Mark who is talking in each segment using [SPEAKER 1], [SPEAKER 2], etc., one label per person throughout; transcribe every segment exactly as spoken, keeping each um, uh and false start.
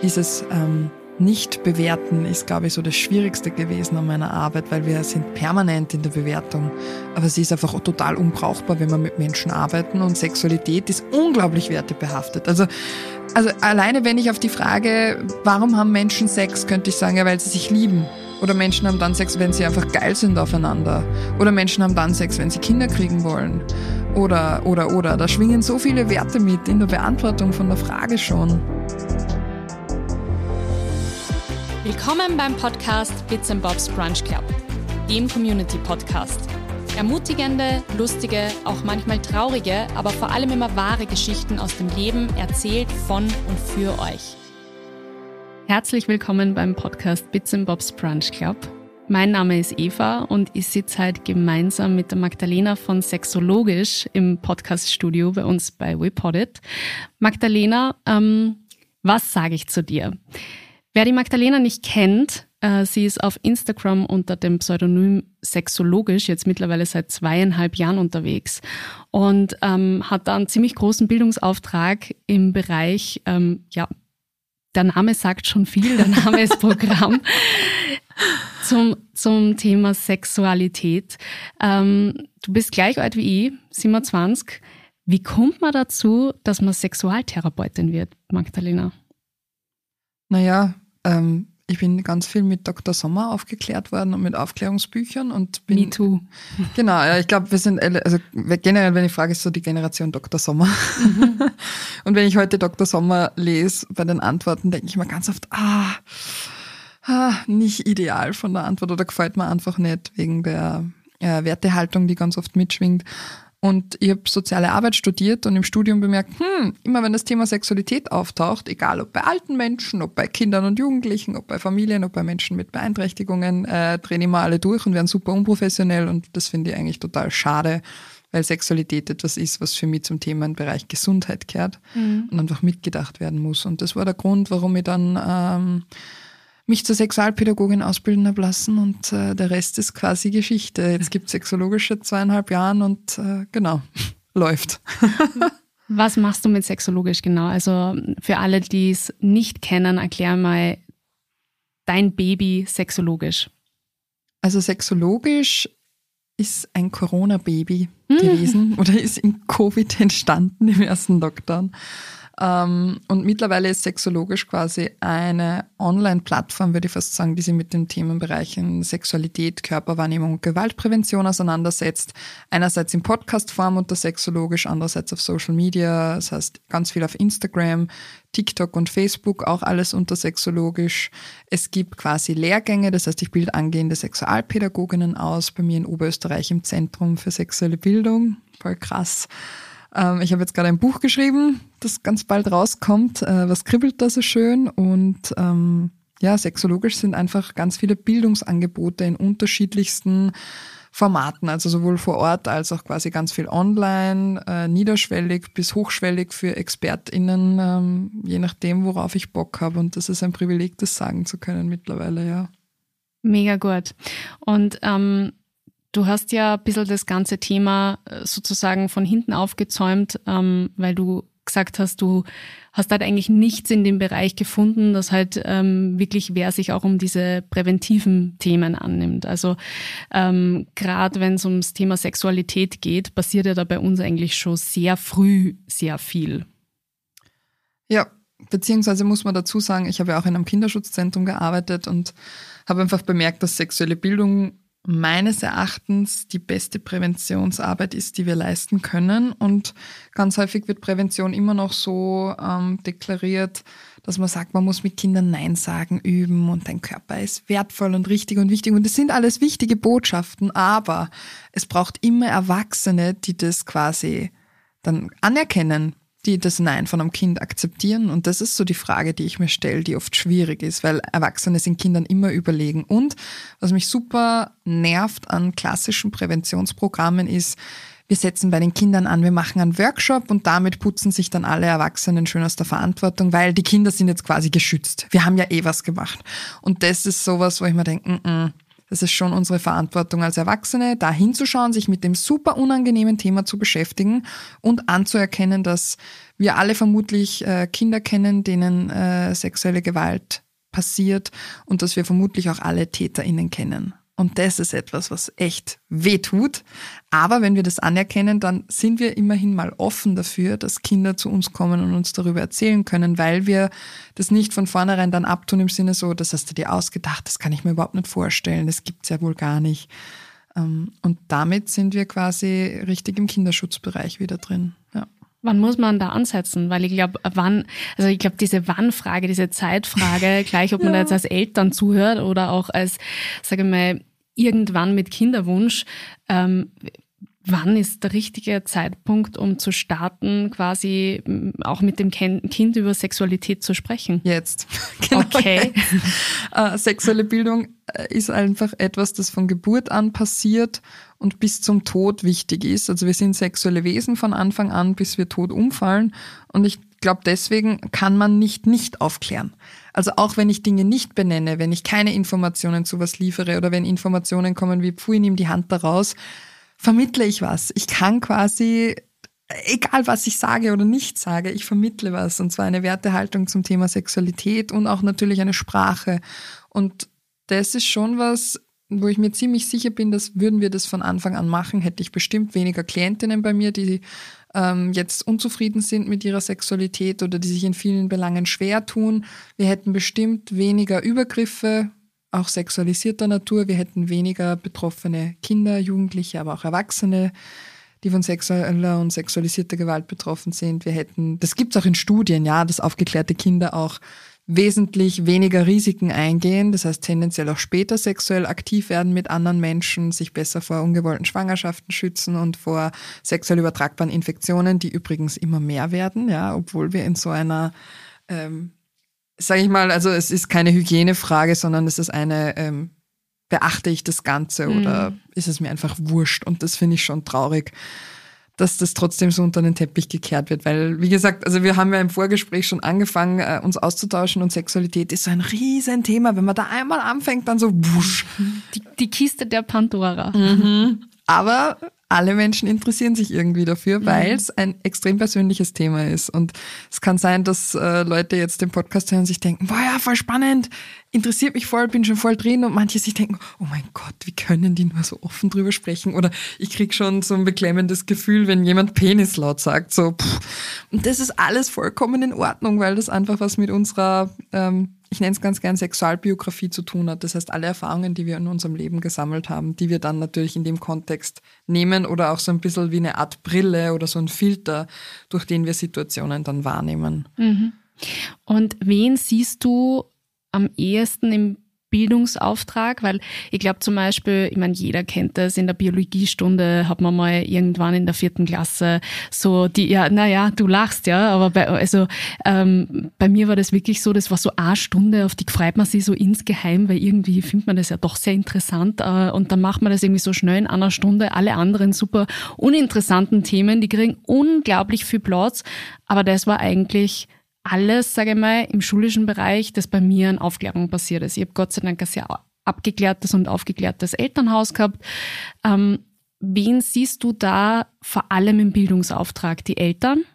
[SPEAKER 1] dieses ähm, Nicht-Bewerten ist, glaube ich, so das Schwierigste gewesen an meiner Arbeit, weil wir sind permanent in der Bewertung. Aber sie ist einfach total unbrauchbar, wenn wir mit Menschen arbeiten, und Sexualität ist unglaublich wertebehaftet. Also, also alleine wenn ich auf die Frage, warum haben Menschen Sex, könnte ich sagen, ja, weil sie sich lieben. Oder Menschen haben dann Sex, wenn sie einfach geil sind aufeinander. Oder Menschen haben dann Sex, wenn sie Kinder kriegen wollen. Oder, oder, oder. Da schwingen so viele Werte mit in der Beantwortung von der Frage schon.
[SPEAKER 2] Willkommen beim Podcast Bits and Bobs Brunch Club, dem Community-Podcast. Ermutigende, lustige, auch manchmal traurige, aber vor allem immer wahre Geschichten aus dem Leben, erzählt von und für euch. Herzlich willkommen beim Podcast Bits and Bobs Brunch Club. Mein Name ist Eva und ich sitze heute gemeinsam mit der Magdalena von Sexologisch im Podcaststudio bei uns bei WePoddit. Magdalena, ähm, was sage ich zu dir? Wer die Magdalena nicht kennt, äh, sie ist auf Instagram unter dem Pseudonym Sexologisch jetzt mittlerweile seit zweieinhalb Jahren unterwegs und ähm, hat da einen ziemlich großen Bildungsauftrag im Bereich, ähm, ja, der Name sagt schon viel, der Name ist Programm, zum, zum Thema Sexualität. Ähm, du bist gleich alt wie ich, siebenundzwanzig. Wie kommt man dazu, dass man Sexualtherapeutin wird, Magdalena?
[SPEAKER 1] Naja, ähm, ich bin ganz viel mit Doktor Sommer aufgeklärt worden und mit Aufklärungsbüchern und bin...
[SPEAKER 2] Me too.
[SPEAKER 1] Genau, ja, ich glaube, wir sind, also generell, wenn ich frage, ist so die Generation Doktor Sommer. Mhm. Und wenn ich heute Doktor Sommer lese, bei den Antworten, denke ich mir ganz oft, ah, ah, nicht ideal von der Antwort oder gefällt mir einfach nicht wegen der äh, Wertehaltung, die ganz oft mitschwingt. Und ich habe soziale Arbeit studiert und im Studium bemerkt, hm, immer wenn das Thema Sexualität auftaucht, egal ob bei alten Menschen, ob bei Kindern und Jugendlichen, ob bei Familien, ob bei Menschen mit Beeinträchtigungen, äh, drehen immer alle durch und werden super unprofessionell, und das finde ich eigentlich total schade, weil Sexualität etwas ist, was für mich zum Thema im Bereich Gesundheit gehört mhm. und einfach mitgedacht werden muss. Und das war der Grund, warum ich dann ähm, mich zur Sexualpädagogin ausbilden habe lassen, und äh, der Rest ist quasi Geschichte. Jetzt gibt es Sexologische zweieinhalb Jahren und äh, genau, läuft.
[SPEAKER 2] Was machst du mit Sexologisch genau? Also für alle, die es nicht kennen, erklär mal dein Baby Sexologisch.
[SPEAKER 1] Also Sexologisch ist ein Corona-Baby mhm. gewesen oder ist in Covid entstanden im ersten Lockdown. Um, und mittlerweile ist Sexologisch quasi eine Online-Plattform, würde ich fast sagen, die sich mit den Themenbereichen Sexualität, Körperwahrnehmung und Gewaltprävention auseinandersetzt. Einerseits in Podcast-Form unter Sexologisch, andererseits auf Social Media, das heißt ganz viel auf Instagram, TikTok und Facebook, auch alles unter Sexologisch. Es gibt quasi Lehrgänge, das heißt, ich bilde angehende Sexualpädagoginnen aus, bei mir in Oberösterreich im Zentrum für sexuelle Bildung. Voll krass. Ich habe jetzt gerade ein Buch geschrieben, das ganz bald rauskommt. Was kribbelt da so schön? Und ähm, ja, Sexologisch sind einfach ganz viele Bildungsangebote in unterschiedlichsten Formaten, also sowohl vor Ort als auch quasi ganz viel online, äh, niederschwellig bis hochschwellig für ExpertInnen, ähm, je nachdem, worauf ich Bock habe. Und das ist ein Privileg, das sagen zu können mittlerweile, ja.
[SPEAKER 2] Mega gut. Und ähm du hast ja ein bisschen das ganze Thema sozusagen von hinten aufgezäumt, ähm, weil du gesagt hast, du hast halt eigentlich nichts in dem Bereich gefunden, dass halt ähm, wirklich wer sich auch um diese präventiven Themen annimmt. Also ähm, gerade wenn es ums Thema Sexualität geht, passiert ja da bei uns eigentlich schon sehr früh sehr viel.
[SPEAKER 1] Ja, beziehungsweise muss man dazu sagen, ich habe ja auch in einem Kinderschutzzentrum gearbeitet und habe einfach bemerkt, dass sexuelle Bildung meines Erachtens die beste Präventionsarbeit ist, die wir leisten können. Und ganz häufig wird Prävention immer noch so ähm, deklariert, dass man sagt, man muss mit Kindern Nein sagen üben und dein Körper ist wertvoll und richtig und wichtig. Und das sind alles wichtige Botschaften, aber es braucht immer Erwachsene, die das quasi dann anerkennen, die das Nein von einem Kind akzeptieren. Und das ist so die Frage, die ich mir stelle, die oft schwierig ist, weil Erwachsene sind Kindern immer überlegen. Und was mich super nervt an klassischen Präventionsprogrammen ist, wir setzen bei den Kindern an, wir machen einen Workshop und damit putzen sich dann alle Erwachsenen schön aus der Verantwortung, weil die Kinder sind jetzt quasi geschützt. Wir haben ja eh was gemacht. Und das ist sowas, wo ich mir denke, mm -mm, Das ist schon unsere Verantwortung als Erwachsene, da hinzuschauen, sich mit dem super unangenehmen Thema zu beschäftigen und anzuerkennen, dass wir alle vermutlich äh, Kinder kennen, denen äh, sexuelle Gewalt passiert und dass wir vermutlich auch alle TäterInnen kennen. Und das ist etwas, was echt wehtut. Aber wenn wir das anerkennen, dann sind wir immerhin mal offen dafür, dass Kinder zu uns kommen und uns darüber erzählen können, weil wir das nicht von vornherein dann abtun im Sinne so, das hast du dir ausgedacht, das kann ich mir überhaupt nicht vorstellen, das gibt's ja wohl gar nicht. Und damit sind wir quasi richtig im Kinderschutzbereich wieder drin, ja.
[SPEAKER 2] Wann muss man da ansetzen? Weil ich glaube, wann, also ich glaube, diese Wann-Frage, diese Zeitfrage, gleich ob man ja. da jetzt als Eltern zuhört oder auch als, sage ich mal, irgendwann mit Kinderwunsch, ähm, wann ist der richtige Zeitpunkt, um zu starten, quasi auch mit dem Kind über Sexualität zu sprechen?
[SPEAKER 1] Jetzt. Genau
[SPEAKER 2] okay.
[SPEAKER 1] Jetzt. Äh, sexuelle Bildung ist einfach etwas, das von Geburt an passiert und bis zum Tod wichtig ist. Also wir sind sexuelle Wesen von Anfang an, bis wir tot umfallen. Und ich glaube, deswegen kann man nicht nicht aufklären. Also auch wenn ich Dinge nicht benenne, wenn ich keine Informationen zu was liefere oder wenn Informationen kommen wie, pfui, nimm die Hand da raus, vermittle ich was. Ich kann quasi, egal was ich sage oder nicht sage, ich vermittle was. Und zwar eine Wertehaltung zum Thema Sexualität und auch natürlich eine Sprache. Und das ist schon was, wo ich mir ziemlich sicher bin, dass würden wir das von Anfang an machen, hätte ich bestimmt weniger Klientinnen bei mir, die ähm, jetzt unzufrieden sind mit ihrer Sexualität oder die sich in vielen Belangen schwer tun. Wir hätten bestimmt weniger Übergriffe, auch sexualisierter Natur. Wir hätten weniger betroffene Kinder, Jugendliche, aber auch Erwachsene, die von sexueller und sexualisierter Gewalt betroffen sind. Wir hätten, das gibt's auch in Studien, ja, dass aufgeklärte Kinder auch wesentlich weniger Risiken eingehen, das heißt tendenziell auch später sexuell aktiv werden mit anderen Menschen, sich besser vor ungewollten Schwangerschaften schützen und vor sexuell übertragbaren Infektionen, die übrigens immer mehr werden, ja, obwohl wir in so einer, ähm, sage ich mal, also es ist keine Hygienefrage, sondern es ist eine, ähm, beachte ich das Ganze oder mhm. ist es mir einfach wurscht? Und das finde ich schon traurig, dass das trotzdem so unter den Teppich gekehrt wird, weil, wie gesagt, also wir haben ja im Vorgespräch schon angefangen, äh, uns auszutauschen und Sexualität ist so ein Riesenthema. Wenn man da einmal anfängt, dann so wusch.
[SPEAKER 2] Die, die Kiste der Pandora.
[SPEAKER 1] Mhm. Aber alle Menschen interessieren sich irgendwie dafür, mhm. weil es ein extrem persönliches Thema ist. Und es kann sein, dass äh, Leute jetzt den Podcast hören und sich denken, boah ja, voll spannend, interessiert mich voll, bin schon voll drin. Und manche sich denken, oh mein Gott, wie können die nur so offen drüber sprechen? Oder ich krieg schon so ein beklemmendes Gefühl, wenn jemand Penis laut sagt. So, pff. Und das ist alles vollkommen in Ordnung, weil das einfach was mit unserer, ähm, ich nenne es ganz gern Sexualbiografie zu tun hat. Das heißt, alle Erfahrungen, die wir in unserem Leben gesammelt haben, die wir dann natürlich in dem Kontext nehmen oder auch so ein bisschen wie eine Art Brille oder so ein Filter, durch den wir Situationen dann wahrnehmen.
[SPEAKER 2] Mhm. Und wen siehst du am ehesten im Bildungsauftrag? Weil ich glaube zum Beispiel, ich meine, jeder kennt das, in der Biologiestunde hat man mal irgendwann in der vierten Klasse so die, ja, naja, du lachst, ja, aber bei, also ähm, bei mir war das wirklich so, das war so eine Stunde, auf die freut man sich so insgeheim, weil irgendwie findet man das ja doch sehr interessant äh, und dann macht man das irgendwie so schnell in einer Stunde, alle anderen super uninteressanten Themen, die kriegen unglaublich viel Platz, aber das war eigentlich alles, sage ich mal, im schulischen Bereich, das bei mir an Aufklärung passiert ist. Ich habe Gott sei Dank ein sehr abgeklärtes und aufgeklärtes Elternhaus gehabt. Ähm, wen siehst du da vor allem im Bildungsauftrag? Die Eltern?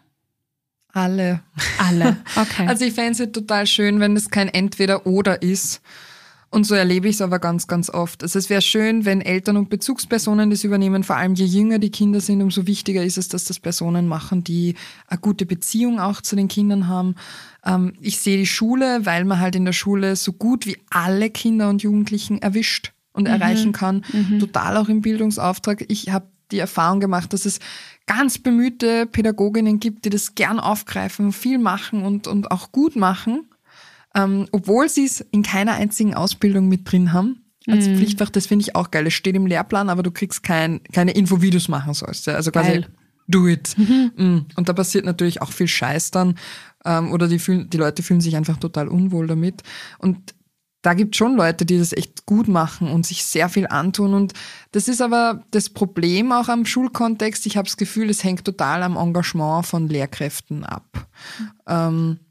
[SPEAKER 1] Alle.
[SPEAKER 2] Alle, okay.
[SPEAKER 1] Also ich fände es total schön, wenn es kein Entweder-Oder ist. Und so erlebe ich es aber ganz, ganz oft. Also es wäre schön, wenn Eltern und Bezugspersonen das übernehmen. Vor allem je jünger die Kinder sind, umso wichtiger ist es, dass das Personen machen, die eine gute Beziehung auch zu den Kindern haben. Ähm, ich sehe die Schule, weil man halt in der Schule so gut wie alle Kinder und Jugendlichen erwischt und mhm. erreichen kann. Mhm. Total auch im Bildungsauftrag. Ich habe die Erfahrung gemacht, dass es ganz bemühte Pädagoginnen gibt, die das gern aufgreifen, viel machen und, und auch gut machen. Ähm, obwohl sie es in keiner einzigen Ausbildung mit drin haben. Als mm. Pflichtfach, das finde ich auch geil. Es steht im Lehrplan, aber du kriegst kein, keine Info, wie du es machen sollst. Ja. Also quasi, geil. Do it. Mhm. Mm. Und da passiert natürlich auch viel Scheiß dann. Ähm, oder die, fühlen, die Leute fühlen sich einfach total unwohl damit. Und da gibt es schon Leute, die das echt gut machen und sich sehr viel antun. Und das ist aber das Problem auch am Schulkontext. Ich habe das Gefühl, es hängt total am Engagement von Lehrkräften ab. Mhm. Ähm,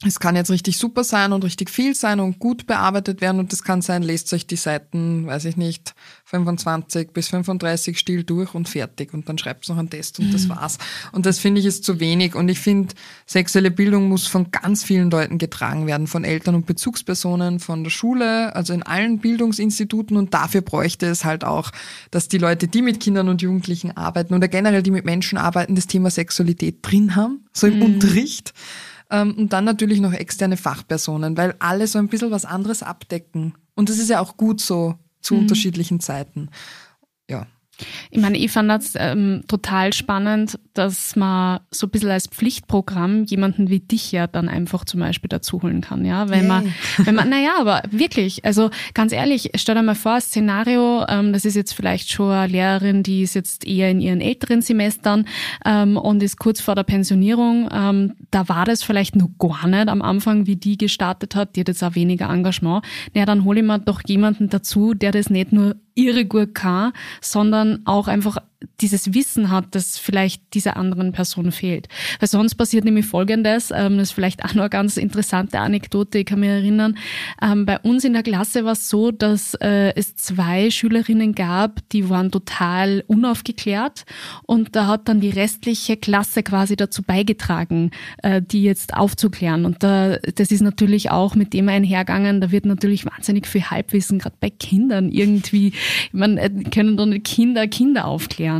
[SPEAKER 1] Es kann jetzt richtig super sein und richtig viel sein und gut bearbeitet werden und das kann sein, lest euch die Seiten, weiß ich nicht, fünfundzwanzig bis fünfunddreißig still durch und fertig und dann schreibt noch einen Test und mhm. das war's. Und das finde ich ist zu wenig und ich finde, sexuelle Bildung muss von ganz vielen Leuten getragen werden, von Eltern und Bezugspersonen, von der Schule, also in allen Bildungsinstituten und dafür bräuchte es halt auch, dass die Leute, die mit Kindern und Jugendlichen arbeiten oder generell die mit Menschen arbeiten, das Thema Sexualität drin haben, so im mhm. Unterricht. Und dann natürlich noch externe Fachpersonen, weil alle so ein bisschen was anderes abdecken. Und das ist ja auch gut so zu mhm. unterschiedlichen Zeiten. Ja.
[SPEAKER 2] Ich meine, ich fand das ähm, total spannend, dass man so ein bisschen als Pflichtprogramm jemanden wie dich ja dann einfach zum Beispiel dazu holen kann, ja, wenn man, wenn man, naja, aber wirklich, also ganz ehrlich, stell dir mal vor, Szenario, ähm, das ist jetzt vielleicht schon eine Lehrerin, die ist jetzt eher in ihren älteren Semestern ähm, und ist kurz vor der Pensionierung, ähm, da war das vielleicht noch gar nicht am Anfang, wie die gestartet hat, die hat jetzt auch weniger Engagement, naja, dann hole ich mir doch jemanden dazu, der das nicht nur irre gut kann, sondern auch einfach dieses Wissen hat, das vielleicht dieser anderen Person fehlt. Weil sonst passiert nämlich Folgendes, ähm, das ist vielleicht auch noch eine ganz interessante Anekdote, ich kann mich erinnern, ähm, bei uns in der Klasse war es so, dass äh, es zwei Schülerinnen gab, die waren total unaufgeklärt und da hat dann die restliche Klasse quasi dazu beigetragen, äh, die jetzt aufzuklären und da, das ist natürlich auch mit dem einhergegangen, da wird natürlich wahnsinnig viel Halbwissen, gerade bei Kindern irgendwie, man können doch nicht Kinder Kinder aufklären.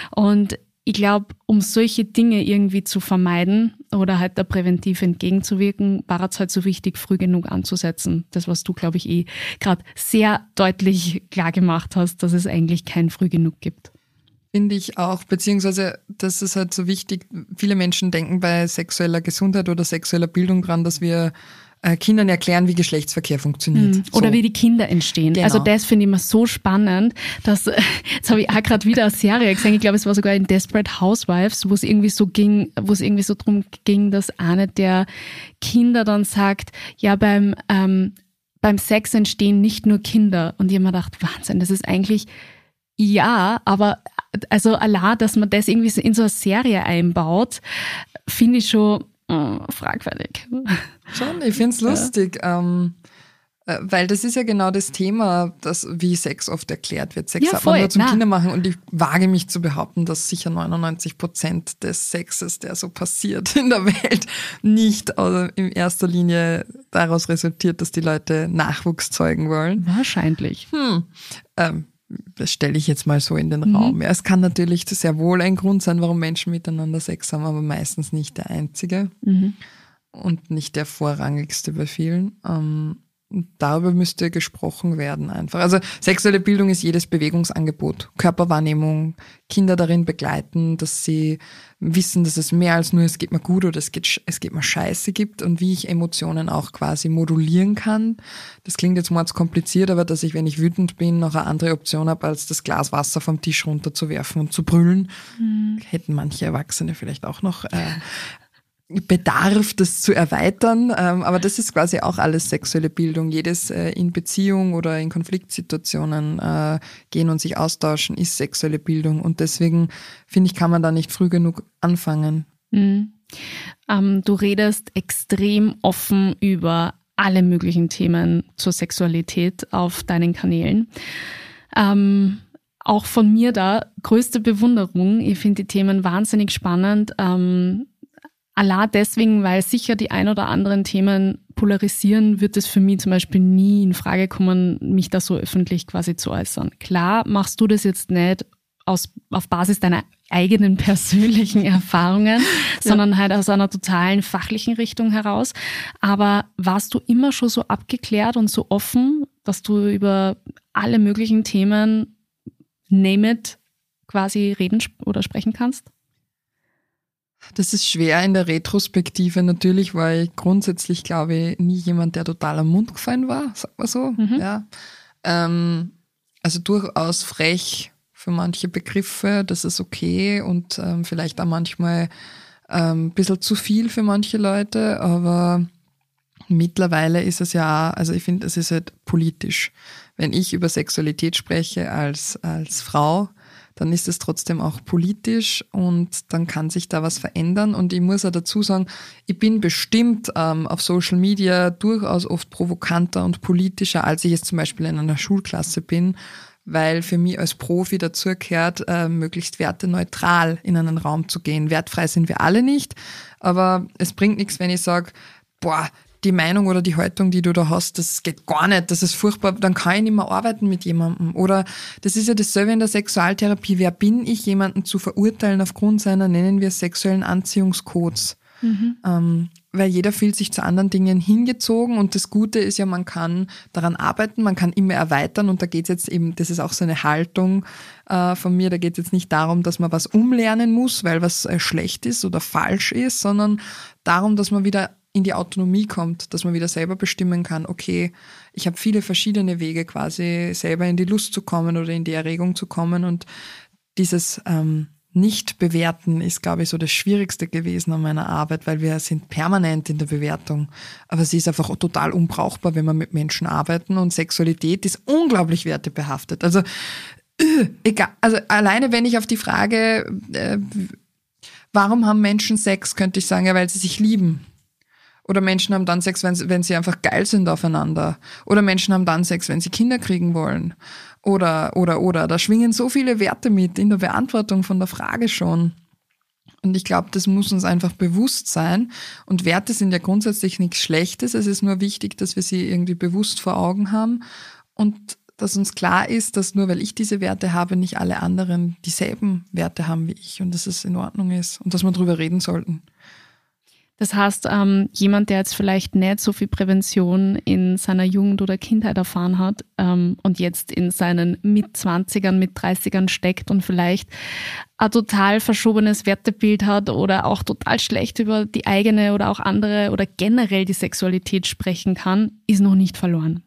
[SPEAKER 2] Und ich glaube, um solche Dinge irgendwie zu vermeiden oder halt da präventiv entgegenzuwirken, war es halt so wichtig, früh genug anzusetzen. Das, was du, glaube ich, eh gerade sehr deutlich klar gemacht hast, dass es eigentlich kein früh genug gibt.
[SPEAKER 1] Finde ich auch, beziehungsweise das ist halt so wichtig, viele Menschen denken bei sexueller Gesundheit oder sexueller Bildung dran, dass wir Kindern erklären, wie Geschlechtsverkehr funktioniert.
[SPEAKER 2] Mhm. Oder so. Wie die Kinder entstehen. Genau. Also das finde ich immer so spannend, dass, jetzt habe ich auch gerade wieder eine Serie gesehen, ich glaube, es war sogar in Desperate Housewives, wo es irgendwie so ging, wo es irgendwie so drum ging, dass eine der Kinder dann sagt, ja, beim, ähm, beim Sex entstehen nicht nur Kinder. Und ich habe mir gedacht, Wahnsinn, das ist eigentlich, ja, aber also allein, dass man das irgendwie so in so eine Serie einbaut, finde ich schon Oh, fragwürdig.
[SPEAKER 1] Schon, ich finde es lustig, ja. ähm, äh, weil das ist ja genau das Thema, das, wie Sex oft erklärt wird. Sex
[SPEAKER 2] ja,
[SPEAKER 1] hat
[SPEAKER 2] voll,
[SPEAKER 1] man nur zum
[SPEAKER 2] na.
[SPEAKER 1] Kindermachen und ich wage mich zu behaupten, dass sicher neunundneunzig Prozent des Sexes, der so passiert in der Welt, nicht also in erster Linie daraus resultiert, dass die Leute Nachwuchs zeugen wollen.
[SPEAKER 2] Wahrscheinlich.
[SPEAKER 1] Hm. Ähm, Das stelle ich jetzt mal so in den mhm. Raum. Ja, es kann natürlich sehr wohl ein Grund sein, warum Menschen miteinander Sex haben, aber meistens nicht der einzige mhm. und nicht der vorrangigste bei vielen. Ähm, darüber müsste gesprochen werden einfach. Also sexuelle Bildung ist jedes Bewegungsangebot, Körperwahrnehmung, Kinder darin begleiten, dass sie wissen, dass es mehr als nur es geht mir gut oder es geht, es geht mir scheiße gibt und wie ich Emotionen auch quasi modulieren kann. Das klingt jetzt mal zu kompliziert, aber dass ich, wenn ich wütend bin, noch eine andere Option habe, als das Glas Wasser vom Tisch runterzuwerfen und zu brüllen. Mhm. Hätten manche Erwachsene vielleicht auch noch äh, Bedarf, das zu erweitern, ähm, aber das ist quasi auch alles sexuelle Bildung. Jedes äh, in Beziehung oder in Konfliktsituationen äh, gehen und sich austauschen, ist sexuelle Bildung und deswegen finde ich, kann man da nicht früh genug anfangen.
[SPEAKER 2] Mhm. Ähm, du redest extrem offen über alle möglichen Themen zur Sexualität auf deinen Kanälen. Ähm, auch von mir da größte Bewunderung. Ich finde die Themen wahnsinnig spannend. Ähm, Allein deswegen, weil sicher die ein oder anderen Themen polarisieren, wird es für mich zum Beispiel nie in Frage kommen, mich da so öffentlich quasi zu äußern. Klar machst du das jetzt nicht aus, auf Basis deiner eigenen persönlichen Erfahrungen, ja. sondern halt aus einer totalen fachlichen Richtung heraus. Aber warst du immer schon so abgeklärt und so offen, dass du über alle möglichen Themen, name it, quasi reden oder sprechen kannst?
[SPEAKER 1] Das ist schwer in der Retrospektive. Natürlich war ich grundsätzlich, glaube ich, nie jemand, der total am Mund gefallen war, sag mal so. Mhm. Ja. Ähm, also durchaus frech für manche Begriffe, das ist okay und ähm, vielleicht auch manchmal ähm, ein bisschen zu viel für manche Leute, aber mittlerweile ist es ja, also ich finde, es ist halt politisch. Wenn ich über Sexualität spreche als, als Frau, dann ist es trotzdem auch politisch und dann kann sich da was verändern. Und ich muss auch dazu sagen, ich bin bestimmt ähm, auf Social Media durchaus oft provokanter und politischer, als ich jetzt zum Beispiel in einer Schulklasse bin, weil für mich als Profi dazu gehört, äh, möglichst werteneutral in einen Raum zu gehen. Wertfrei sind wir alle nicht, aber es bringt nichts, wenn ich sage, boah, die Meinung oder die Haltung, die du da hast, das geht gar nicht, das ist furchtbar, dann kann ich nicht mehr arbeiten mit jemandem. Oder das ist ja dasselbe in der Sexualtherapie. Wer bin ich, jemanden zu verurteilen aufgrund seiner, nennen wir es, sexuellen Anziehungscodes? Mhm. Ähm, weil jeder fühlt sich zu anderen Dingen hingezogen und das Gute ist ja, man kann daran arbeiten, man kann immer erweitern und da geht es jetzt eben, das ist auch so eine Haltung äh, von mir, da geht es jetzt nicht darum, dass man was umlernen muss, weil was äh, schlecht ist oder falsch ist, sondern darum, dass man wieder in die Autonomie kommt, dass man wieder selber bestimmen kann, okay, ich habe viele verschiedene Wege quasi selber in die Lust zu kommen oder in die Erregung zu kommen und dieses ähm, Nicht-Bewerten ist, glaube ich, so das Schwierigste gewesen an meiner Arbeit, weil wir sind permanent in der Bewertung. Aber sie ist einfach total unbrauchbar, wenn wir mit Menschen arbeiten und Sexualität ist unglaublich wertebehaftet. Also, äh, egal, also alleine wenn ich auf die Frage, äh, warum haben Menschen Sex, könnte ich sagen, ja, weil sie sich lieben. Oder Menschen haben dann Sex, wenn sie, wenn sie einfach geil sind aufeinander. Oder Menschen haben dann Sex, wenn sie Kinder kriegen wollen. Oder, oder, oder. Da schwingen so viele Werte mit in der Beantwortung von der Frage schon. Und ich glaube, das muss uns einfach bewusst sein. Und Werte sind ja grundsätzlich nichts Schlechtes. Es ist nur wichtig, dass wir sie irgendwie bewusst vor Augen haben. Und dass uns klar ist, dass nur weil ich diese Werte habe, nicht alle anderen dieselben Werte haben wie ich. Und dass es in Ordnung ist. Und dass wir drüber reden sollten.
[SPEAKER 2] Das heißt, ähm, jemand, der jetzt vielleicht nicht so viel Prävention in seiner Jugend oder Kindheit erfahren hat ähm, und jetzt in seinen Mitzwanzigern, Mitdreißigern steckt und vielleicht ein total verschobenes Wertebild hat oder auch total schlecht über die eigene oder auch andere oder generell die Sexualität sprechen kann, ist noch nicht verloren.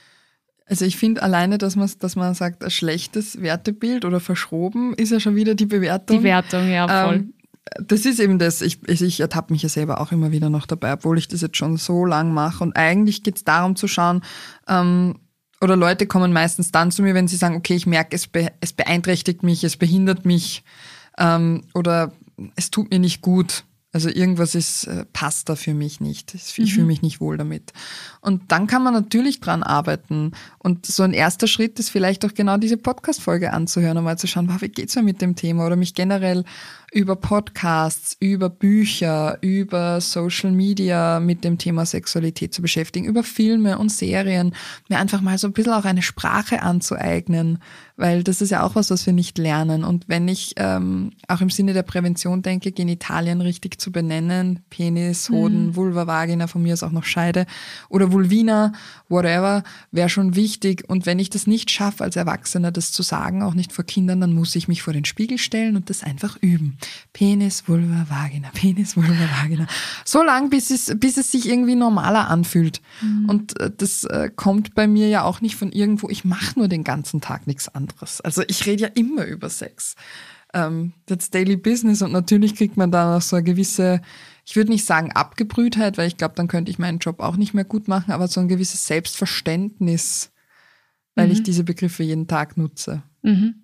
[SPEAKER 1] Also ich finde alleine, dass man, dass man sagt, ein schlechtes Wertebild oder verschoben, ist ja schon wieder die Bewertung.
[SPEAKER 2] Die Wertung, ja, voll. Ähm,
[SPEAKER 1] Das ist eben das, ich, ich ertappe mich ja selber auch immer wieder noch dabei, obwohl ich das jetzt schon so lang mache. Und eigentlich geht es darum zu schauen, ähm, oder Leute kommen meistens dann zu mir, wenn sie sagen, okay, ich merke, es, be, es beeinträchtigt mich, es behindert mich ähm, oder es tut mir nicht gut. Also irgendwas ist, äh, passt da für mich nicht. Ich mhm. fühle mich nicht wohl damit. Und dann kann man natürlich dran arbeiten. Und so ein erster Schritt ist vielleicht auch genau diese Podcast-Folge anzuhören, um mal zu schauen, wow, wie geht's mir mit dem Thema? Oder mich generell über Podcasts, über Bücher, über Social Media mit dem Thema Sexualität zu beschäftigen, über Filme und Serien, mir einfach mal so ein bisschen auch eine Sprache anzueignen, weil das ist ja auch was, was wir nicht lernen. Und wenn ich ähm, auch im Sinne der Prävention denke, Genitalien richtig zu benennen, Penis, Hoden, mhm. Vulva, Vagina, von mir ist auch noch Scheide oder Vulvina, whatever, wäre schon wichtig. Und wenn ich das nicht schaffe, als Erwachsener das zu sagen, auch nicht vor Kindern, dann muss ich mich vor den Spiegel stellen und das einfach üben. Penis, Vulva, Vagina, Penis, Vulva, Vagina. So lang, bis es, bis es sich irgendwie normaler anfühlt. Mhm. Und das äh, kommt bei mir ja auch nicht von irgendwo, ich mache nur den ganzen Tag nichts anderes. Also ich rede ja immer über Sex. Ähm, das Daily Business und natürlich kriegt man da noch so eine gewisse, ich würde nicht sagen Abgebrühtheit, weil ich glaube, dann könnte ich meinen Job auch nicht mehr gut machen, aber so ein gewisses Selbstverständnis, weil mhm. ich diese Begriffe jeden Tag nutze.
[SPEAKER 2] Mhm.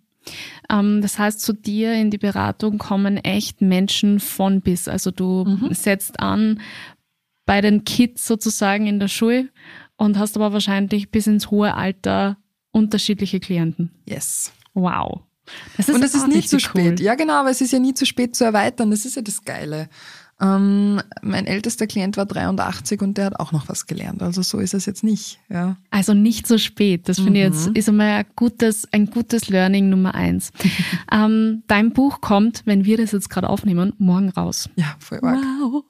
[SPEAKER 2] Das heißt, zu dir in die Beratung kommen echt Menschen von bis. Also du mhm. setzt an bei den Kids sozusagen in der Schule und hast aber wahrscheinlich bis ins hohe Alter unterschiedliche Klienten.
[SPEAKER 1] Yes.
[SPEAKER 2] Wow.
[SPEAKER 1] Das ist und es ist nie zu spät. Cool. Ja, genau, aber es ist ja nie zu spät zu erweitern. Das ist ja das Geile. Ähm, mein ältester Klient war dreiundachtzig und der hat auch noch was gelernt. Also so ist es jetzt nicht. Ja.
[SPEAKER 2] Also nicht so spät. Das finde mhm. ich jetzt ist einmal ein gutes, ein gutes Learning Nummer eins. ähm, dein Buch kommt, wenn wir das jetzt gerade aufnehmen, morgen raus.
[SPEAKER 1] Ja, voll arg.
[SPEAKER 2] Wow.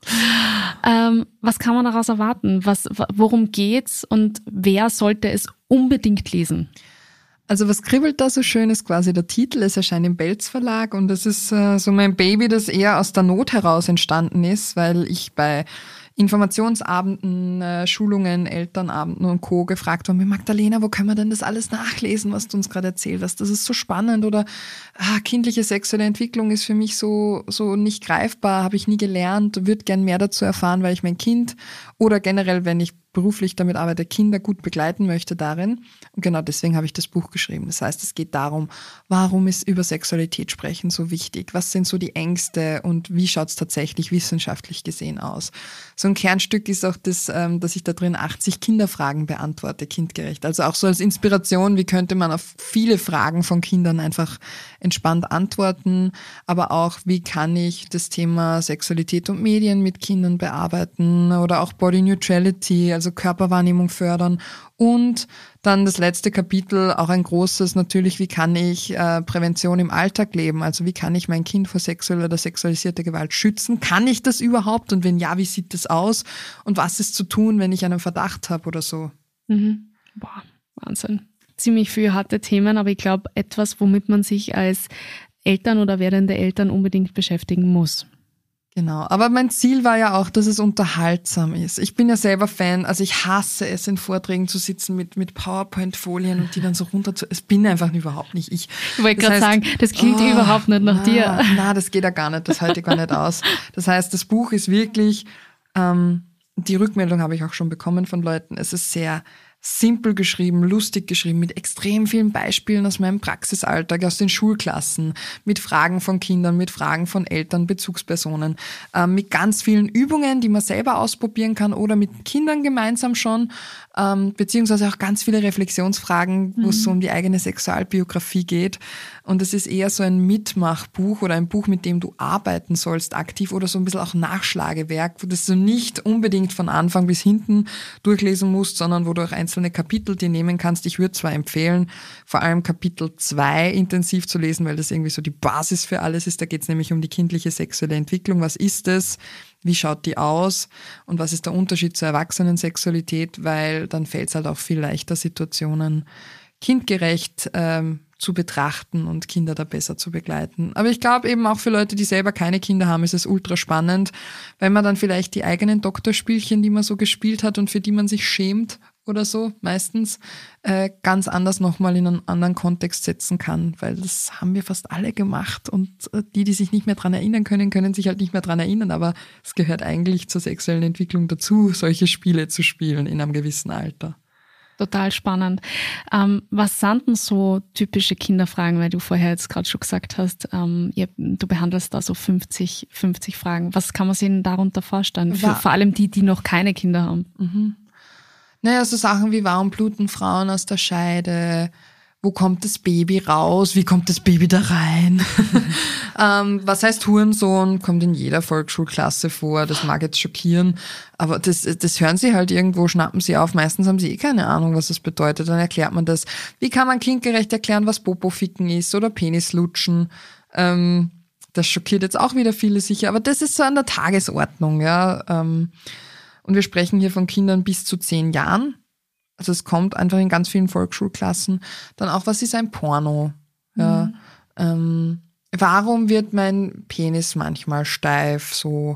[SPEAKER 2] Ähm, was kann man daraus erwarten? Was, worum geht's und wer sollte es unbedingt lesen?
[SPEAKER 1] Also was kribbelt da so schön ist quasi der Titel, es erscheint im Belz Verlag und das ist äh, so mein Baby, das eher aus der Not heraus entstanden ist, weil ich bei Informationsabenden, äh, Schulungen, Elternabenden und Co. gefragt habe, Magdalena, wo können wir denn das alles nachlesen, was du uns gerade erzählt hast? Das ist so spannend oder ah, kindliche sexuelle Entwicklung ist für mich so so nicht greifbar, habe ich nie gelernt, würde gern mehr dazu erfahren, weil ich mein Kind oder generell, wenn ich beruflich damit arbeite, Kinder gut begleiten möchte darin. Und genau deswegen habe ich das Buch geschrieben. Das heißt, es geht darum, warum ist über Sexualität sprechen so wichtig? Was sind so die Ängste und wie schaut es tatsächlich wissenschaftlich gesehen aus? So ein Kernstück ist auch das, dass ich da drin achtzig Kinderfragen beantworte, kindgerecht. Also auch so als Inspiration, wie könnte man auf viele Fragen von Kindern einfach entspannt antworten, aber auch, wie kann ich das Thema Sexualität und Medien mit Kindern bearbeiten oder auch Body Neutrality, also Körperwahrnehmung fördern. Und dann das letzte Kapitel, auch ein großes natürlich, wie kann ich äh, Prävention im Alltag leben? Also wie kann ich mein Kind vor sexueller oder sexualisierter Gewalt schützen? Kann ich das überhaupt? Und wenn ja, wie sieht das aus? Und was ist zu tun, wenn ich einen Verdacht habe oder so?
[SPEAKER 2] Mhm. Boah, Wahnsinn. Ziemlich viele harte Themen, aber ich glaube, etwas, womit man sich als Eltern oder werdende Eltern unbedingt beschäftigen muss.
[SPEAKER 1] Genau, aber mein Ziel war ja auch, dass es unterhaltsam ist. Ich bin ja selber Fan, also ich hasse es, in Vorträgen zu sitzen mit mit PowerPoint-Folien und die dann so runter zu... Es bin einfach überhaupt nicht ich.
[SPEAKER 2] Ich wollte gerade sagen, das klingt oh, überhaupt nicht nach
[SPEAKER 1] na,
[SPEAKER 2] dir.
[SPEAKER 1] Na, das geht ja gar nicht, das halte ich gar nicht aus. Das heißt, das Buch ist wirklich, ähm, die Rückmeldung habe ich auch schon bekommen von Leuten, es ist sehr simpel geschrieben, lustig geschrieben, mit extrem vielen Beispielen aus meinem Praxisalltag, aus den Schulklassen, mit Fragen von Kindern, mit Fragen von Eltern, Bezugspersonen, äh, mit ganz vielen Übungen, die man selber ausprobieren kann oder mit Kindern gemeinsam schon, ähm, beziehungsweise auch ganz viele Reflexionsfragen, wo es mhm. so um die eigene Sexualbiografie geht. Und es ist eher so ein Mitmachbuch oder ein Buch, mit dem du arbeiten sollst, aktiv, oder so ein bisschen auch Nachschlagewerk, wo das du nicht unbedingt von Anfang bis hinten durchlesen musst, sondern wo du auch einzelne Kapitel dir nehmen kannst. Ich würde zwar empfehlen, vor allem Kapitel zwei intensiv zu lesen, weil das irgendwie so die Basis für alles ist. Da geht es nämlich um die kindliche sexuelle Entwicklung. Was ist es? Wie schaut die aus? Und was ist der Unterschied zur Erwachsenensexualität? Weil dann fällt es halt auch viel leichter, Situationen kindgerecht ähm, zu betrachten und Kinder da besser zu begleiten. Aber ich glaube eben auch für Leute, die selber keine Kinder haben, ist es ultra spannend, weil man dann vielleicht die eigenen Doktorspielchen, die man so gespielt hat und für die man sich schämt oder so meistens, äh, ganz anders nochmal in einen anderen Kontext setzen kann, weil das haben wir fast alle gemacht und äh, die, die sich nicht mehr dran erinnern können, können sich halt nicht mehr dran erinnern, aber es gehört eigentlich zur sexuellen Entwicklung dazu, solche Spiele zu spielen in einem gewissen Alter.
[SPEAKER 2] Total spannend. Ähm, was sind denn so typische Kinderfragen, weil du vorher jetzt gerade schon gesagt hast, ähm, ihr, du behandelst da so fünfzig, fünfzig Fragen. Was kann man sich denn darunter vorstellen? Für, vor allem die, die noch keine Kinder haben.
[SPEAKER 1] Mhm. Naja, so Sachen wie, warum bluten Frauen aus der Scheide? Wo kommt das Baby raus? Wie kommt das Baby da rein? ähm, was heißt Hurensohn? Kommt in jeder Volksschulklasse vor. Das mag jetzt schockieren. Aber das, das hören sie halt irgendwo, schnappen sie auf. Meistens haben sie eh keine Ahnung, was das bedeutet. Dann erklärt man das. Wie kann man kindgerecht erklären, was Popoficken ist oder Penislutschen? Ähm, das schockiert jetzt auch wieder viele sicher. Aber das ist so an der Tagesordnung, ja. Ähm, und wir sprechen hier von Kindern bis zu zehn Jahren. Also es kommt einfach in ganz vielen Volksschulklassen. Dann auch, was ist ein Porno? Ja, mhm. ähm, warum wird mein Penis manchmal steif? So,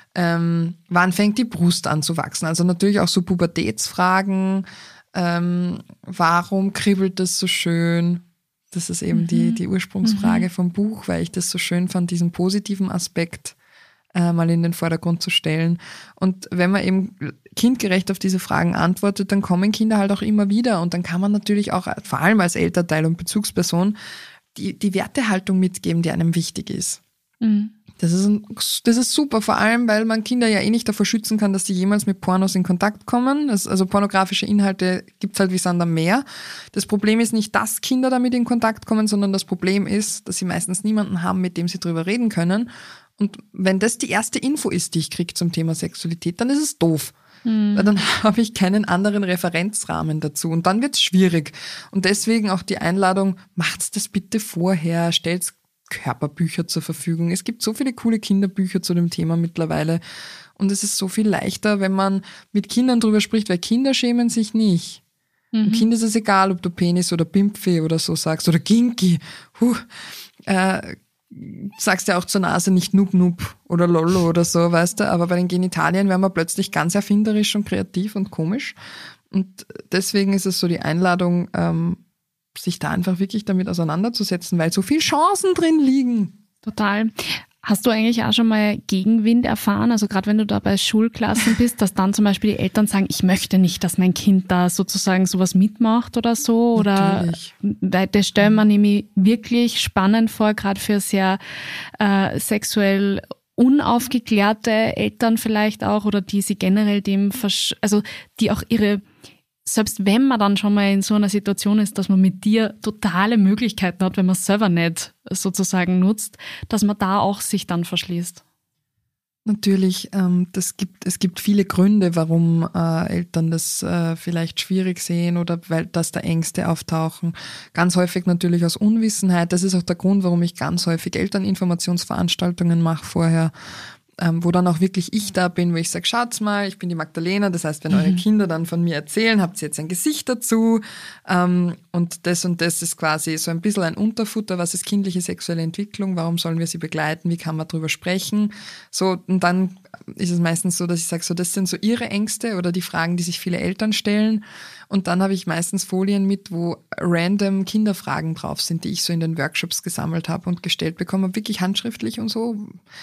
[SPEAKER 1] ähm, wann fängt die Brust an zu wachsen? Also natürlich auch so Pubertätsfragen. Ähm, warum kribbelt das so schön? Das ist eben mhm. die, die Ursprungsfrage mhm. vom Buch, weil ich das so schön fand, diesen positiven Aspekt äh, mal in den Vordergrund zu stellen. Und wenn man eben kindgerecht auf diese Fragen antwortet, dann kommen Kinder halt auch immer wieder und dann kann man natürlich auch, vor allem als Elternteil und Bezugsperson, die, die Wertehaltung mitgeben, die einem wichtig ist. Mhm. Das ist, ein, das ist super, vor allem, weil man Kinder ja eh nicht davor schützen kann, dass sie jemals mit Pornos in Kontakt kommen. Das, also pornografische Inhalte gibt's halt wie Sand am Meer. Das Problem ist nicht, dass Kinder damit in Kontakt kommen, sondern das Problem ist, dass sie meistens niemanden haben, mit dem sie drüber reden können. Und wenn das die erste Info ist, die ich kriege zum Thema Sexualität, dann ist es doof. Mhm. Weil dann habe ich keinen anderen Referenzrahmen dazu und dann wird's schwierig. Und deswegen auch die Einladung, macht's das bitte vorher, stellt's Körperbücher zur Verfügung. Es gibt so viele coole Kinderbücher zu dem Thema mittlerweile und es ist so viel leichter, wenn man mit Kindern drüber spricht, weil Kinder schämen sich nicht. Mhm. Und Kindern ist es egal, ob du Penis oder Pimpfi oder so sagst oder Ginki. Huh. Äh, sagst ja auch zur Nase nicht Nub Nub oder Lollo oder so, weißt du, aber bei den Genitalien werden wir plötzlich ganz erfinderisch und kreativ und komisch und deswegen ist es so die Einladung, ähm, sich da einfach wirklich damit auseinanderzusetzen, weil so viele Chancen drin liegen.
[SPEAKER 2] Total. Hast du eigentlich auch schon mal Gegenwind erfahren? Also gerade wenn du da bei Schulklassen bist, dass dann zum Beispiel die Eltern sagen, ich möchte nicht, dass mein Kind da sozusagen sowas mitmacht oder so?
[SPEAKER 1] Natürlich.
[SPEAKER 2] Oder das stellen wir nämlich wirklich spannend vor, gerade für sehr äh, sexuell unaufgeklärte Eltern vielleicht auch oder die sie generell dem, versch- also die auch ihre, selbst wenn man dann schon mal in so einer Situation ist, dass man mit dir totale Möglichkeiten hat, wenn man es selber nicht sozusagen nutzt, dass man da auch sich dann verschließt.
[SPEAKER 1] Natürlich, ähm, das gibt, es gibt viele Gründe, warum äh, Eltern das äh, vielleicht schwierig sehen oder weil dass da Ängste auftauchen. Ganz häufig natürlich aus Unwissenheit. Das ist auch der Grund, warum ich ganz häufig Elterninformationsveranstaltungen mache vorher, ähm, wo dann auch wirklich ich da bin, wo ich sage, schaut's mal, ich bin die Magdalena. Das heißt, wenn mhm. eure Kinder dann von mir erzählen, habt ihr jetzt ein Gesicht dazu. Ähm, und das und das ist quasi so ein bisschen ein Unterfutter. Was ist kindliche sexuelle Entwicklung? Warum sollen wir sie begleiten? Wie kann man drüber sprechen? So, und dann ist es meistens so, dass ich sage, so, das sind so ihre Ängste oder die Fragen, die sich viele Eltern stellen. Und dann habe ich meistens Folien mit, wo random Kinderfragen drauf sind, die ich so in den Workshops gesammelt habe und gestellt bekommen habe, wirklich handschriftlich und so.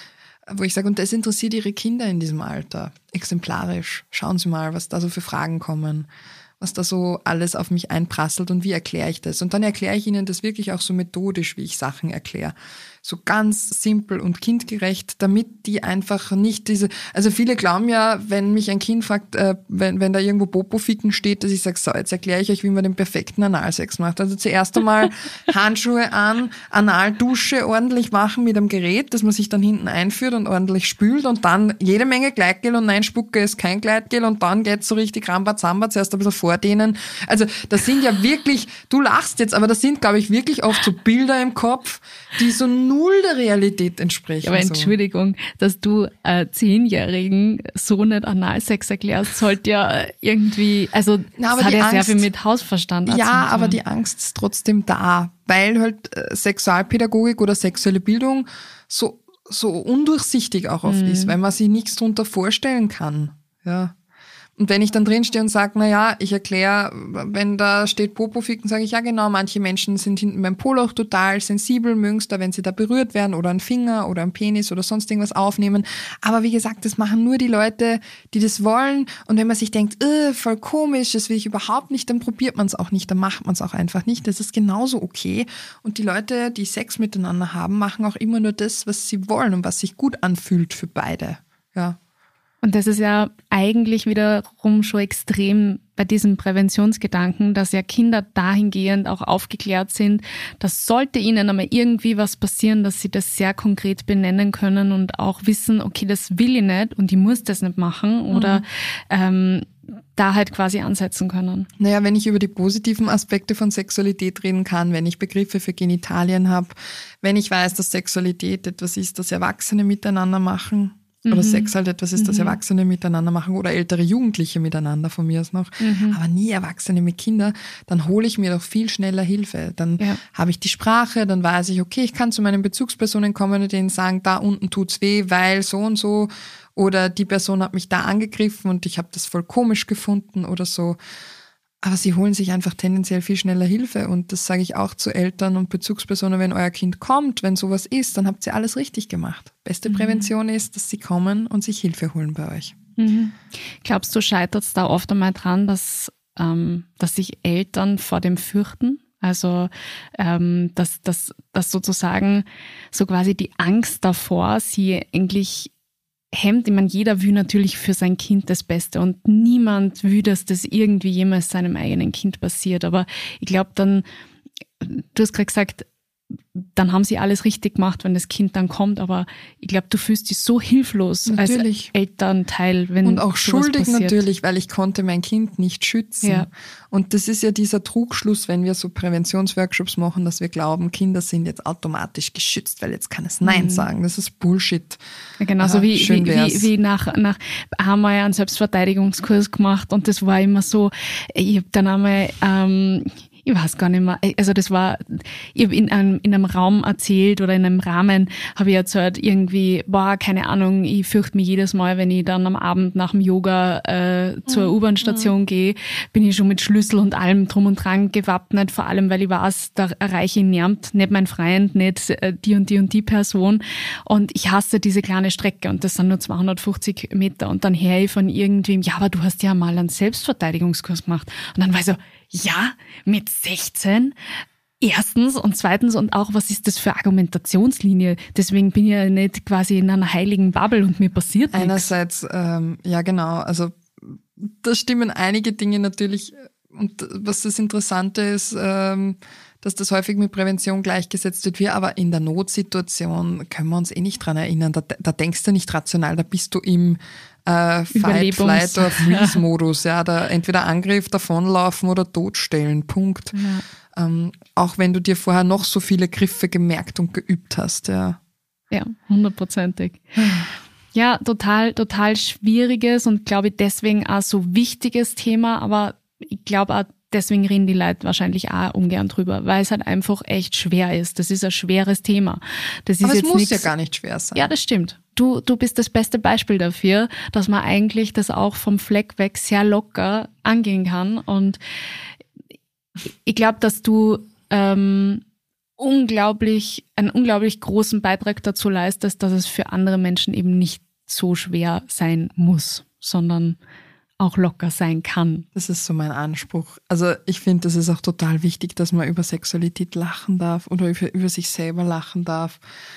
[SPEAKER 1] Wo ich sage, und das interessiert Ihre Kinder in diesem Alter, exemplarisch. Schauen Sie mal, was da so für Fragen kommen, was da so alles auf mich einprasselt und wie erkläre ich das. Und dann erkläre ich Ihnen das wirklich auch so methodisch, wie ich Sachen erkläre. So ganz simpel und kindgerecht, damit die einfach nicht diese, also viele glauben ja, wenn mich ein Kind fragt, äh, wenn, wenn da irgendwo Popo-Ficken steht, dass ich sage, so, jetzt erkläre ich euch, wie man den perfekten Analsex macht. Also zuerst einmal Handschuhe an, Analdusche ordentlich machen mit einem Gerät, das man sich dann hinten einführt und ordentlich spült und dann jede Menge Gleitgel und nein, Spucke ist kein Gleitgel und dann geht's so richtig Rambazamba, zuerst ein bisschen vordehnen. Also das sind ja wirklich, du lachst jetzt, aber das sind, glaube ich, wirklich oft so Bilder im Kopf, die so null der Realität entsprechen.
[SPEAKER 2] Aber Entschuldigung, so. Dass du äh, Zehnjährigen so nicht Analsex erklärst, sollte ja irgendwie, also
[SPEAKER 1] Na,
[SPEAKER 2] das hat ja
[SPEAKER 1] Angst,
[SPEAKER 2] sehr viel mit Hausverstand zu tun.
[SPEAKER 1] Ja, aber die Angst ist trotzdem da, weil halt äh, Sexualpädagogik oder sexuelle Bildung so so undurchsichtig auch oft mhm. ist, weil man sich nichts drunter vorstellen kann. Ja. Und wenn ich dann drinstehe und sage, na ja, ich erkläre, wenn da steht Popo-Ficken, sage ich, ja genau, manche Menschen sind hinten beim Poloch total sensibel, mögen es da, wenn sie da berührt werden oder ein Finger oder ein Penis oder sonst irgendwas aufnehmen. Aber wie gesagt, das machen nur die Leute, die das wollen. Und wenn man sich denkt, äh, voll komisch, das will ich überhaupt nicht, dann probiert man es auch nicht, dann macht man es auch einfach nicht. Das ist genauso okay. Und die Leute, die Sex miteinander haben, machen auch immer nur das, was sie wollen und was sich gut anfühlt für beide. Ja.
[SPEAKER 2] Und das ist ja eigentlich wiederum schon extrem bei diesem Präventionsgedanken, dass ja Kinder dahingehend auch aufgeklärt sind, dass sollte ihnen einmal irgendwie was passieren, dass sie das sehr konkret benennen können und auch wissen, okay, das will ich nicht und ich muss das nicht machen oder mhm. ähm, da halt quasi ansetzen können.
[SPEAKER 1] Naja, wenn ich über die positiven Aspekte von Sexualität reden kann, wenn ich Begriffe für Genitalien habe, wenn ich weiß, dass Sexualität etwas ist, das Erwachsene miteinander machen, oder mhm. Sex halt etwas ist, das mhm. Erwachsene miteinander machen oder ältere Jugendliche miteinander von mir aus noch, mhm. aber nie Erwachsene mit Kindern, dann hole ich mir doch viel schneller Hilfe. Dann ja. habe ich die Sprache, dann weiß ich, okay, ich kann zu meinen Bezugspersonen kommen und denen sagen, da unten tut's weh, weil so und so oder die Person hat mich da angegriffen und ich habe das voll komisch gefunden oder so. Aber sie holen sich einfach tendenziell viel schneller Hilfe und das sage ich auch zu Eltern und Bezugspersonen, wenn euer Kind kommt, wenn sowas ist, dann habt ihr alles richtig gemacht. Beste mhm. Prävention ist, dass sie kommen und sich Hilfe holen bei euch.
[SPEAKER 2] Mhm. Glaubst du, scheitert es da oft einmal dran, dass, ähm, dass sich Eltern vor dem fürchten? Also ähm, dass, dass, dass sozusagen so quasi die Angst davor, sie eigentlich hemmt, ich meine, jeder will natürlich für sein Kind das Beste und niemand will, dass das irgendwie jemals seinem eigenen Kind passiert. Aber ich glaube dann, du hast gerade gesagt, dann haben sie alles richtig gemacht, wenn das Kind dann kommt, aber ich glaube, du fühlst dich so hilflos natürlich. Als Elternteil, wenn
[SPEAKER 1] und auch schuldig
[SPEAKER 2] passiert.
[SPEAKER 1] Natürlich, weil ich konnte mein Kind nicht schützen. Ja. Und das ist ja dieser Trugschluss, wenn wir so Präventionsworkshops machen, dass wir glauben, Kinder sind jetzt automatisch geschützt, weil jetzt kann es Nein mhm. sagen. Das ist Bullshit.
[SPEAKER 2] Ja, genauso Aha, wie, wie, wie, wie nach, nach haben wir ja einen Selbstverteidigungskurs gemacht und das war immer so, ich habe dann einmal ähm, ich weiß gar nicht mehr, also das war, ich habe in einem, in einem Raum erzählt oder in einem Rahmen habe ich erzählt irgendwie, boah, keine Ahnung, ich fürchte mich jedes Mal, wenn ich dann am Abend nach dem Yoga äh, zur mhm. U-Bahn-Station mhm. gehe, bin ich schon mit Schlüssel und allem drum und dran gewappnet, vor allem, weil ich weiß, da erreiche ich niemand, nicht mein Freund, nicht äh, die und die und die Person und ich hasse diese kleine Strecke und das sind nur zweihundertfünfzig Meter und dann höre ich von irgendwem, ja, aber du hast ja mal einen Selbstverteidigungskurs gemacht und dann war ich so, ja, mit sechzehn. Erstens und zweitens und auch, was ist das für Argumentationslinie? Deswegen bin ich ja nicht quasi in einer heiligen Bubble und mir passiert nichts.
[SPEAKER 1] Einerseits, ähm, ja genau, also da stimmen einige Dinge natürlich und was das Interessante ist, ähm, dass das häufig mit Prävention gleichgesetzt wird, wir aber in der Notsituation können wir uns eh nicht dran erinnern, da, da denkst du nicht rational, da bist du im Äh, Fight, Flight oder Freeze-Modus, ja, da entweder Angriff, davonlaufen oder totstellen, Punkt. Ja. Ähm, auch wenn du dir vorher noch so viele Griffe gemerkt und geübt hast, ja.
[SPEAKER 2] Ja, hundertprozentig. Ja, total, total schwieriges und glaube ich deswegen auch so wichtiges Thema, aber ich glaube auch deswegen reden die Leute wahrscheinlich auch ungern drüber, weil es halt einfach echt schwer ist. Das ist ein schweres Thema. Das ist
[SPEAKER 1] aber es
[SPEAKER 2] jetzt
[SPEAKER 1] muss
[SPEAKER 2] nix,
[SPEAKER 1] ja gar nicht schwer sein.
[SPEAKER 2] Ja, das stimmt. Du, du bist das beste Beispiel dafür, dass man eigentlich das auch vom Fleck weg sehr locker angehen kann. Und ich glaube, dass du ähm, unglaublich, einen unglaublich großen Beitrag dazu leistest, dass es für andere Menschen eben nicht so schwer sein muss, sondern auch locker sein kann.
[SPEAKER 1] Das ist so mein Anspruch. Also ich finde, das ist auch total wichtig, dass man über Sexualität lachen darf oder über, über sich selber lachen darf.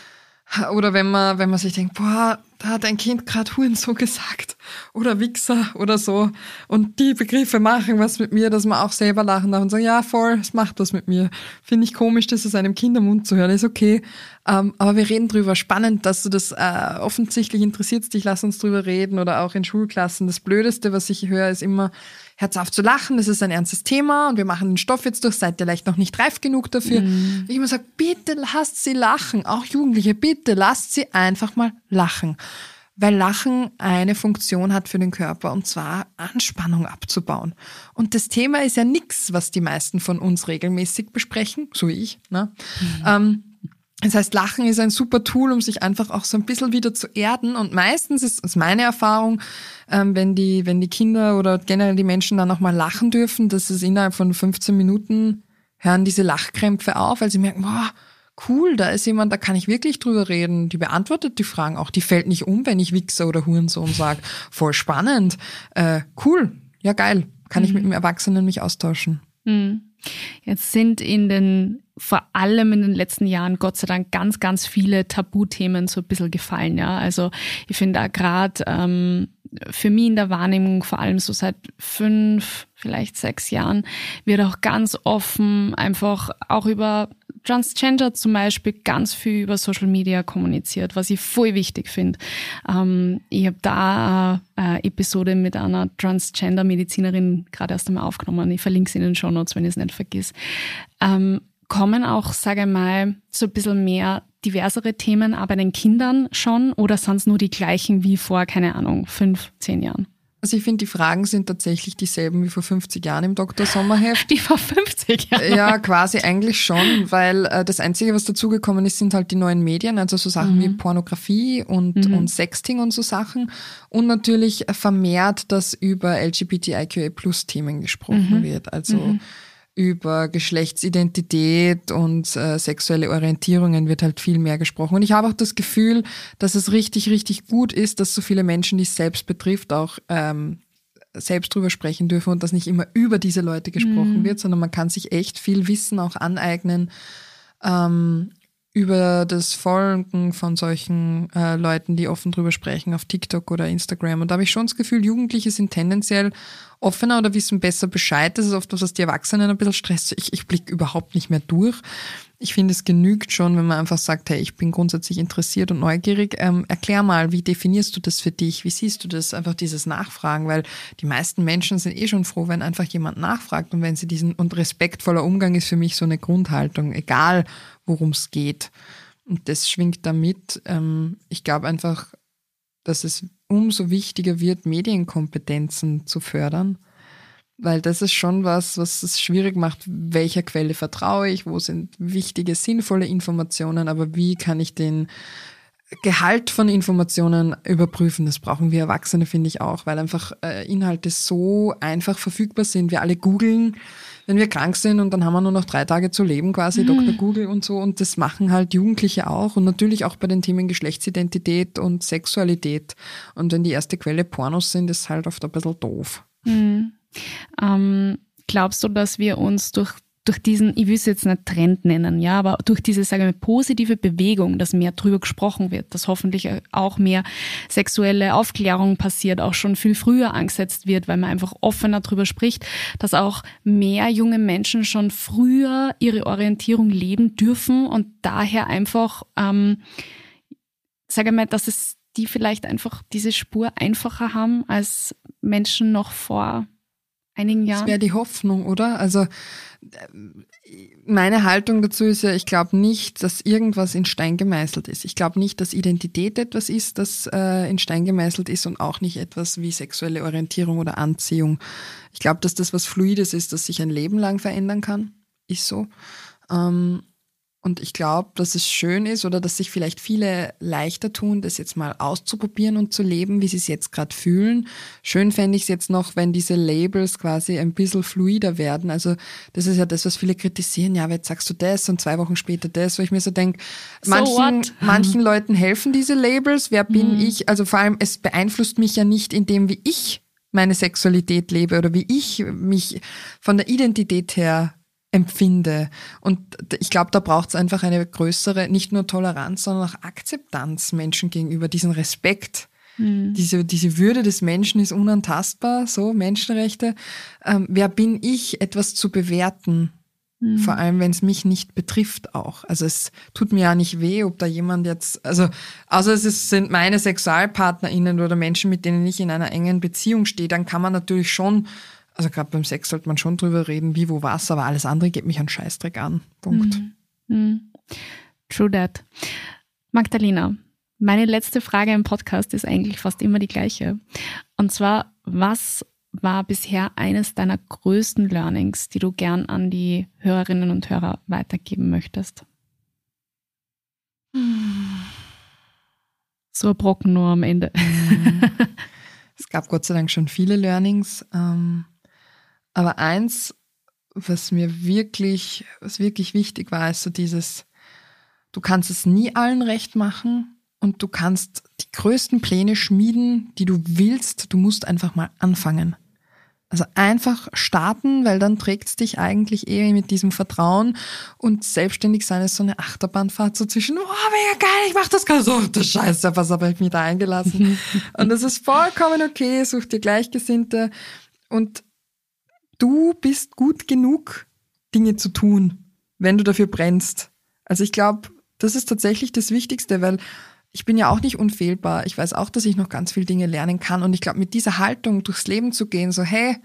[SPEAKER 1] Oder wenn man, wenn man sich denkt, boah, da hat ein Kind gerade Hurensohn gesagt oder Wichser oder so und die Begriffe machen was mit mir, dass man auch selber lachen darf und sagen, ja voll, es macht was mit mir. Finde ich komisch, das aus einem Kindermund zu hören, ist okay. Ähm, aber wir reden drüber. Spannend, dass du das äh, offensichtlich interessiert dich, lass uns drüber reden oder auch in Schulklassen. Das Blödeste, was ich höre, ist immer, Herz auf zu lachen, das ist ein ernstes Thema und wir machen den Stoff jetzt durch, seid ihr vielleicht noch nicht reif genug dafür. Mhm. Ich immer sage, bitte lasst sie lachen, auch Jugendliche, bitte lasst sie einfach mal lachen. Weil Lachen eine Funktion hat für den Körper und zwar Anspannung abzubauen. Und das Thema ist ja nichts, was die meisten von uns regelmäßig besprechen, so wie ich. Ne? Mhm. Ähm, Das heißt, Lachen ist ein super Tool, um sich einfach auch so ein bisschen wieder zu erden. Und meistens ist es meine Erfahrung, ähm, wenn die, wenn die Kinder oder generell die Menschen dann auch mal lachen dürfen, dass es innerhalb von fünfzehn Minuten hören diese Lachkrämpfe auf, weil sie merken, boah, cool, da ist jemand, da kann ich wirklich drüber reden. Die beantwortet die Fragen auch. Die fällt nicht um, wenn ich Wichser oder Hurensohn sage. Voll spannend. Äh, cool. Ja, geil. Kann mhm. ich mit dem Erwachsenen mich austauschen.
[SPEAKER 2] Mhm. Jetzt sind in den, vor allem in den letzten Jahren, Gott sei Dank, ganz, ganz viele Tabuthemen so ein bisschen gefallen, ja. Also ich finde da gerade ähm, für mich in der Wahrnehmung, vor allem so seit fünf, vielleicht sechs Jahren, wird auch ganz offen einfach auch über Transgender zum Beispiel ganz viel über Social Media kommuniziert, was ich voll wichtig finde. Ähm, ich habe da eine Episode mit einer Transgender-Medizinerin gerade erst einmal aufgenommen. Ich verlinke sie in den Shownotes, wenn ich es nicht vergiss. Ähm, kommen auch, sage ich mal, so ein bisschen mehr diversere Themen auch bei den Kindern schon oder sind es nur die gleichen wie vor, keine Ahnung, fünf, zehn Jahren?
[SPEAKER 1] Also ich finde, die Fragen sind tatsächlich dieselben wie vor fünfzig Jahren im Doktor Sommerheft.
[SPEAKER 2] Die vor fünfzig Jahren?
[SPEAKER 1] Ja, quasi eigentlich schon, weil äh, das Einzige, was dazugekommen ist, sind halt die neuen Medien, also so Sachen mhm. wie Pornografie und, mhm. und Sexting und so Sachen. Und natürlich vermehrt, dass über L G B T I Q A Plus Themen gesprochen mhm. wird, also mhm. über Geschlechtsidentität und äh, sexuelle Orientierungen wird halt viel mehr gesprochen. Und ich habe auch das Gefühl, dass es richtig, richtig gut ist, dass so viele Menschen, die es selbst betrifft, auch ähm, selbst drüber sprechen dürfen und dass nicht immer über diese Leute gesprochen mhm. wird, sondern man kann sich echt viel Wissen auch aneignen ähm, über das Folgen von solchen äh, Leuten, die offen drüber sprechen auf TikTok oder Instagram. Und da habe ich schon das Gefühl, Jugendliche sind tendenziell offener oder wissen besser Bescheid. Das ist oft was, was die Erwachsenen ein bisschen stresst. Ich, ich blicke überhaupt nicht mehr durch. Ich finde, es genügt schon, wenn man einfach sagt, hey, ich bin grundsätzlich interessiert und neugierig. Ähm, erklär mal, wie definierst du das für dich? Wie siehst du das? Einfach dieses Nachfragen, weil die meisten Menschen sind eh schon froh, wenn einfach jemand nachfragt und wenn sie diesen, und respektvoller Umgang ist für mich so eine Grundhaltung, egal worum es geht. Und das schwingt damit. Ähm, ich glaube einfach, dass es umso wichtiger wird, Medienkompetenzen zu fördern. Weil das ist schon was, was es schwierig macht, welcher Quelle vertraue ich, wo sind wichtige, sinnvolle Informationen, aber wie kann ich den Gehalt von Informationen überprüfen? Das brauchen wir Erwachsene, finde ich auch, weil einfach äh, Inhalte so einfach verfügbar sind. Wir alle googeln, wenn wir krank sind und dann haben wir nur noch drei Tage zu leben quasi, mhm. Doktor Google und so, und das machen halt Jugendliche auch und natürlich auch bei den Themen Geschlechtsidentität und Sexualität. Und wenn die erste Quelle Pornos sind, ist halt oft ein bisschen doof.
[SPEAKER 2] Mhm. Ähm, glaubst du, dass wir uns durch, durch diesen, ich will es jetzt nicht Trend nennen, ja, aber durch diese, sage ich mal, positive Bewegung, dass mehr drüber gesprochen wird, dass hoffentlich auch mehr sexuelle Aufklärung passiert, auch schon viel früher angesetzt wird, weil man einfach offener drüber spricht, dass auch mehr junge Menschen schon früher ihre Orientierung leben dürfen und daher einfach, ähm, sage ich mal, dass es die vielleicht einfach diese Spur einfacher haben als Menschen noch vor einigen Jahren.
[SPEAKER 1] Das wäre die Hoffnung, oder? Also meine Haltung dazu ist ja, ich glaube nicht, dass irgendwas in Stein gemeißelt ist. Ich glaube nicht, dass Identität etwas ist, das äh, in Stein gemeißelt ist und auch nicht etwas wie sexuelle Orientierung oder Anziehung. Ich glaube, dass das was Fluides ist, das sich ein Leben lang verändern kann. Ist so. Ähm, Und ich glaube, dass es schön ist oder dass sich vielleicht viele leichter tun, das jetzt mal auszuprobieren und zu leben, wie sie es jetzt gerade fühlen. Schön fände ich es jetzt noch, wenn diese Labels quasi ein bisschen fluider werden. Also das ist ja das, was viele kritisieren. Ja, aber jetzt sagst du das und zwei Wochen später das, wo ich mir so denke, so manchen, manchen Leuten helfen diese Labels. Wer bin mhm. ich? Also vor allem, es beeinflusst mich ja nicht in dem, wie ich meine Sexualität lebe oder wie ich mich von der Identität her empfinde. Und ich glaube, da braucht es einfach eine größere, nicht nur Toleranz, sondern auch Akzeptanz Menschen gegenüber, diesen Respekt. Mhm. Diese, diese Würde des Menschen ist unantastbar, so Menschenrechte. Ähm, wer bin ich, etwas zu bewerten? Mhm. Vor allem, wenn es mich nicht betrifft auch. Also es tut mir ja nicht weh, ob da jemand jetzt, also außer es ist, sind meine SexualpartnerInnen oder Menschen, mit denen ich in einer engen Beziehung stehe, dann kann man natürlich schon, also gerade beim Sex sollte man schon drüber reden, wie, wo, was, aber alles andere geht mich einen Scheißdreck an. Punkt.
[SPEAKER 2] Mm, mm. True that. Magdalena, meine letzte Frage im Podcast ist eigentlich fast immer die gleiche. Und zwar, was war bisher eines deiner größten Learnings, die du gern an die Hörerinnen und Hörer weitergeben möchtest? Mm. So ein Brocken nur am Ende.
[SPEAKER 1] Mm. Es gab Gott sei Dank schon viele Learnings. Ähm, Aber eins, was mir wirklich, was wirklich wichtig war, ist so dieses, du kannst es nie allen recht machen und du kannst die größten Pläne schmieden, die du willst. Du musst einfach mal anfangen. Also einfach starten, weil dann trägt es dich eigentlich eher mit diesem Vertrauen, und selbstständig sein ist so eine Achterbahnfahrt so zwischen, oh, mega geil, ich mach das gerade so, das Scheiße, was habe ich mich da eingelassen? Und das ist vollkommen okay, such dir Gleichgesinnte und du bist gut genug, Dinge zu tun, wenn du dafür brennst. Also ich glaube, das ist tatsächlich das Wichtigste, weil ich bin ja auch nicht unfehlbar. Ich weiß auch, dass ich noch ganz viele Dinge lernen kann. Und ich glaube, mit dieser Haltung durchs Leben zu gehen, so hey,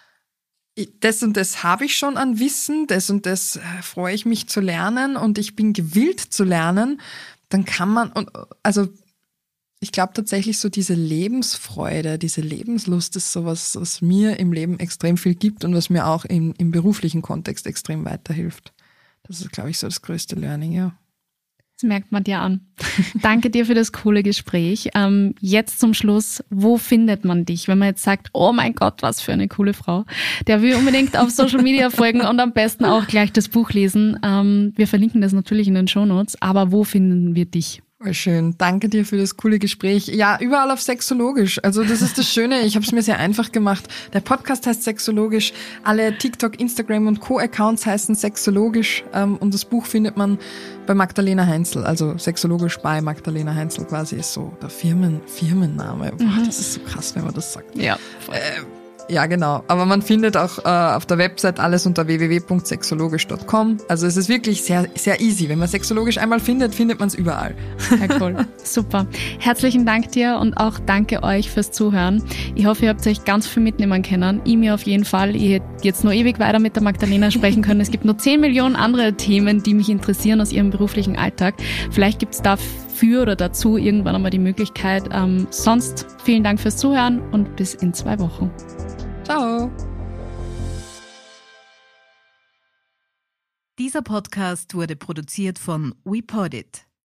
[SPEAKER 1] das und das habe ich schon an Wissen, das und das äh, freue ich mich zu lernen und ich bin gewillt zu lernen, dann kann man, und also ich glaube tatsächlich so diese Lebensfreude, diese Lebenslust ist sowas, was mir im Leben extrem viel gibt und was mir auch im, im beruflichen Kontext extrem weiterhilft. Das ist, glaube ich, so das größte Learning, ja.
[SPEAKER 2] Das merkt man dir an. Danke dir für das coole Gespräch. Ähm, jetzt zum Schluss, wo findet man dich, wenn man jetzt sagt, oh mein Gott, was für eine coole Frau. Der will unbedingt auf Social Media folgen und am besten auch gleich das Buch lesen. Ähm, wir verlinken das natürlich in den Shownotes, aber wo finden wir dich?
[SPEAKER 1] Oh, schön. Danke dir für das coole Gespräch. Ja, überall auf Sexologisch. Also das ist das Schöne. Ich habe es mir sehr einfach gemacht. Der Podcast heißt Sexologisch. Alle TikTok, Instagram und Co-Accounts heißen Sexologisch. Ähm, und das Buch findet man bei Magdalena Heinzel. Also Sexologisch bei Magdalena Heinzel quasi ist so der Firmen, Firmenname. Boah, mhm. Das ist so krass, wenn man das sagt.
[SPEAKER 2] Ja.
[SPEAKER 1] Äh, Ja, genau. Aber man findet auch äh, auf der Website alles unter w w w punkt sexologisch punkt com. Also es ist wirklich sehr, sehr easy. Wenn man sexologisch einmal findet, findet man es überall.
[SPEAKER 2] Ja, cool. Super. Herzlichen Dank dir und auch danke euch fürs Zuhören. Ich hoffe, ihr habt euch ganz viel mitnehmen können. Ich mir auf jeden Fall. Ich hätte jetzt noch ewig weiter mit der Magdalena sprechen können. Es gibt noch zehn Millionen andere Themen, die mich interessieren aus ihrem beruflichen Alltag. Vielleicht gibt es da für oder dazu irgendwann einmal die Möglichkeit. Ähm, sonst vielen Dank fürs Zuhören und bis in zwei Wochen.
[SPEAKER 1] Ciao!
[SPEAKER 3] Dieser Podcast wurde produziert von WePodit.